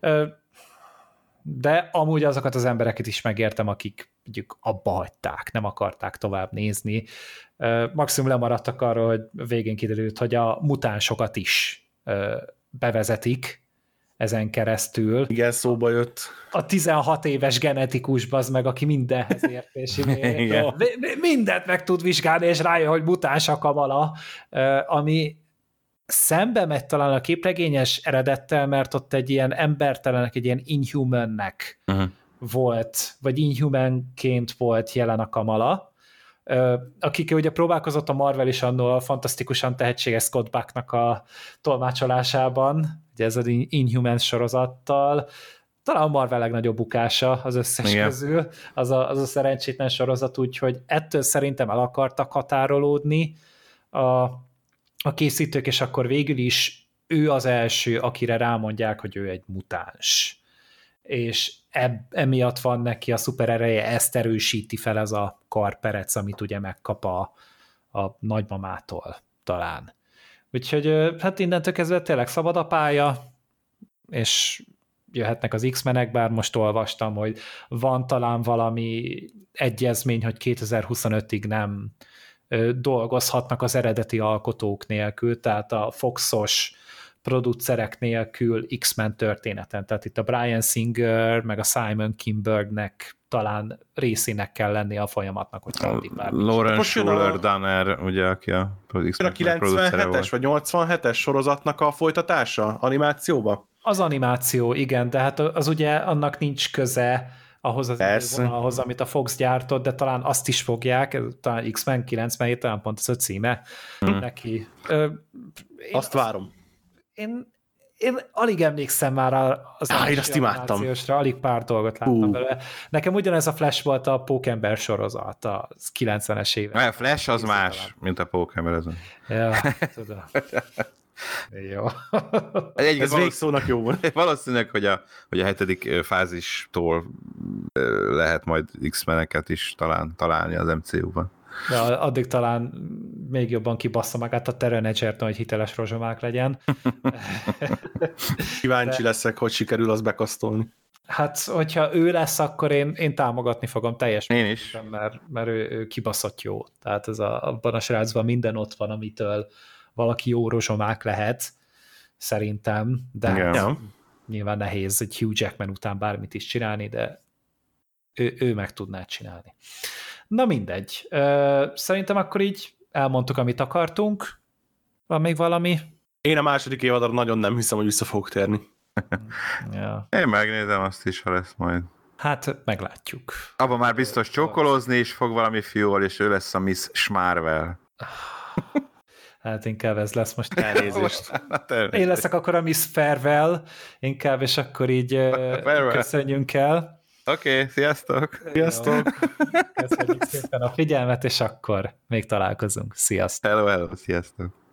de amúgy azokat az embereket is megértem, akik mondjuk abba hagyták, nem akarták tovább nézni. Maximum lemaradtak arról, hogy végén kiderült, hogy a mutánsokat is bevezetik ezen keresztül. Igen, szóba jött. A 16 éves genetikus bazd meg, aki mindenhez ért, és mindent meg tud vizsgálni, és rájön, hogy mutáns a Kamala, ami szembe megy talán a képregényes eredettel, mert ott egy ilyen embertelenek, egy ilyen inhumannek volt, vagy inhumanként volt jelen a Kamala, akik ugye próbálkozott a Marvel is annól a fantasztikusan tehetséges Scott Bucknak a tolmácsolásában, ugye ez az Inhumans sorozattal, talán a Marvel legnagyobb bukása az összes közül, az a szerencsétlen sorozat, úgyhogy ettől szerintem el akartak határolódni a készítők, és akkor végül is ő az első, akire rámondják, hogy ő egy mutáns. És emiatt van neki a szuperereje, ezt erősíti fel ez a karperec, amit ugye megkap a nagymamától talán. Úgyhogy hát innentől kezdve tényleg szabad a pálya, és jöhetnek az X-menek, bár most olvastam, hogy van talán valami egyezmény, hogy 2025-ig nem dolgozhatnak az eredeti alkotók nélkül, tehát a Foxos producerek nélkül X-Men történeten. Tehát itt a Bryan Singer, meg a Simon Kinbergnek talán részének kell lenni a folyamatnak, hogy addig már Lawrence Schuler Danner, ugye, aki a X-Men producere volt. Vagy 87-es sorozatnak a folytatása animációba? Az animáció, igen, de hát az ugye annak nincs köze ahhoz az vonalhoz, amit a Fox gyártott, de talán azt is fogják, talán X-Men 97, talán pont ez a címe neki. Azt várom. Én alig emlékszem már az animációsra, alig pár dolgot láttam belőle. Nekem ugyanez a Flash volt a Pókember sorozat, a 90-es évek. A Flash az más, mint a Pókember. Ja, tudom. Jó. Ez végszónak jó volt. Valószínűleg, hogy a 7. fázistól lehet majd X-meneket is találni az MCU-ban. De addig talán még jobban kibassza magát a Terrenature-t, hogy hiteles rozsomák legyen. Kíváncsi leszek, hogy sikerül az bekasztolni. Hát, hogyha ő lesz, akkor én támogatni fogom teljesen. Én is. Mert ő kibaszott jó. Tehát abban a srácban minden ott van, amitől valaki jó rozsomák lehet, szerintem, de hát nyilván nehéz egy Hugh Jackman után bármit is csinálni, de ő meg tudná csinálni. Na mindegy. Szerintem akkor így elmondtuk, amit akartunk. Van még valami? Én a második évadra nagyon nem hiszem, hogy vissza fogok térni. Ja. Én megnézem azt is, ha lesz majd. Hát meglátjuk. Abban már biztos csókolózni is fog valami fiúval, és ő lesz a Miss Schmarvel. Hát inkább ez lesz most. Elnézést. Én leszek akkor a Miss Farewell, inkább, és akkor így köszönjünk el. Oké, sziasztok! Sziasztok! Köszönjük szépen a figyelmet, és akkor még találkozunk. Sziasztok! Hello, sziasztok!